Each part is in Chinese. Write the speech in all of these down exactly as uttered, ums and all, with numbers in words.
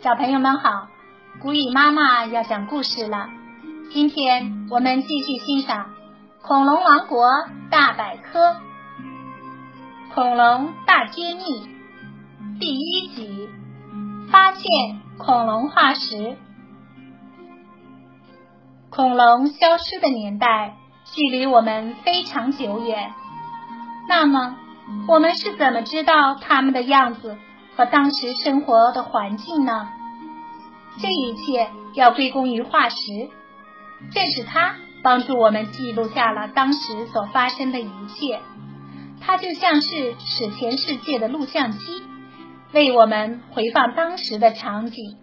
小朋友们好，古语妈妈要讲故事了。今天我们继续欣赏《恐龙王国大百科》恐龙大揭秘第一集，发现恐龙化石。恐龙消失的年代距离我们非常久远，那么我们是怎么知道它们的样子和当时生活的环境呢？这一切要归功于化石，正是它帮助我们记录下了当时所发生的一切。它就像是史前世界的录像机，为我们回放当时的场景。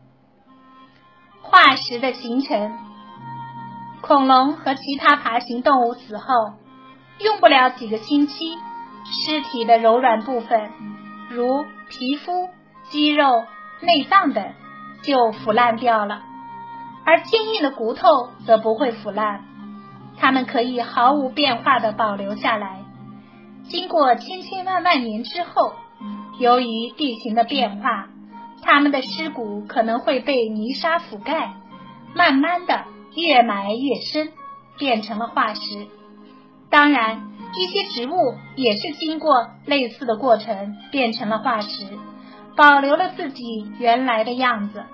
化石的形成，恐龙和其他爬行动物死后，用不了几个星期，尸体的柔软部分，如皮肤、肌肉、内脏等，就腐烂掉了，而坚硬的骨头则不会腐烂，它们可以毫无变化地保留下来。经过千千万万年之后，由于地形的变化，它们的尸骨可能会被泥沙覆盖，慢慢地越埋越深，变成了化石。当然，一些植物也是经过类似的过程变成了化石，保留了自己原来的样子。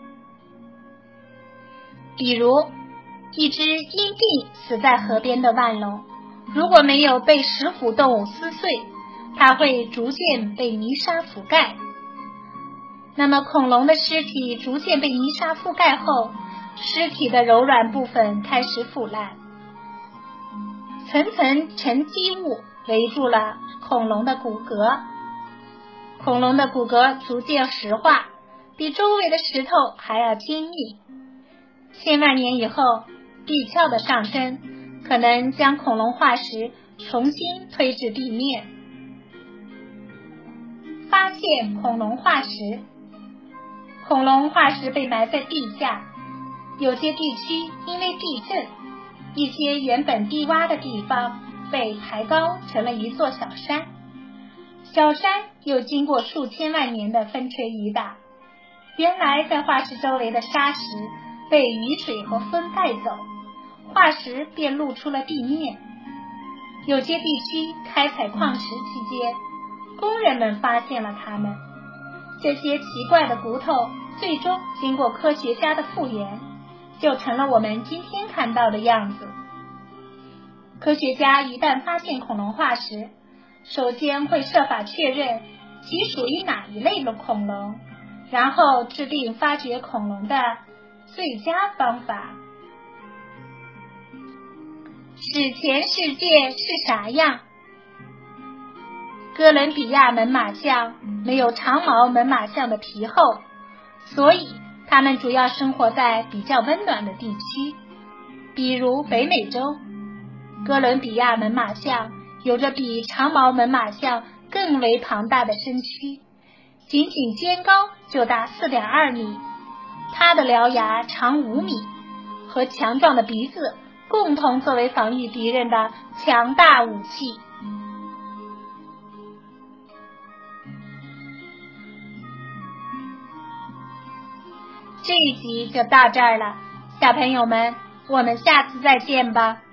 比如一只因病死在河边的腕龙，如果没有被食腐动物撕碎，它会逐渐被泥沙覆盖。那么恐龙的尸体逐渐被泥沙覆盖后，尸体的柔软部分开始腐烂，层层沉积物围住了恐龙的骨骼，恐龙的骨骼逐渐石化，比周围的石头还要坚密。千万年以后，地壳的上升可能将恐龙化石重新推至地面。发现恐龙化石，恐龙化石被埋在地下，有些地区因为地震，一些原本低洼的地方被抬高成了一座小山，小山又经过数千万年的风吹雨打，原来在化石周围的沙石被雨水和风带走，化石便露出了地面。有些地区开采矿石期间，工人们发现了它们，这些奇怪的骨头最终经过科学家的复原，就成了我们今天看到的样子。科学家一旦发现恐龙化石，首先会设法确认其属于哪一类的恐龙，然后制定发掘恐龙的最佳方法。史前世界是啥样？哥伦比亚猛犸象没有长毛猛犸象的皮厚，所以它们主要生活在比较温暖的地区，比如北美洲。哥伦比亚猛犸象有着比长毛猛犸象更为庞大的身躯，仅仅肩高就达 四点二米，它的獠牙长五米，和强壮的鼻子共同作为防御敌人的强大武器。这一集就到这儿了，小朋友们，我们下次再见吧。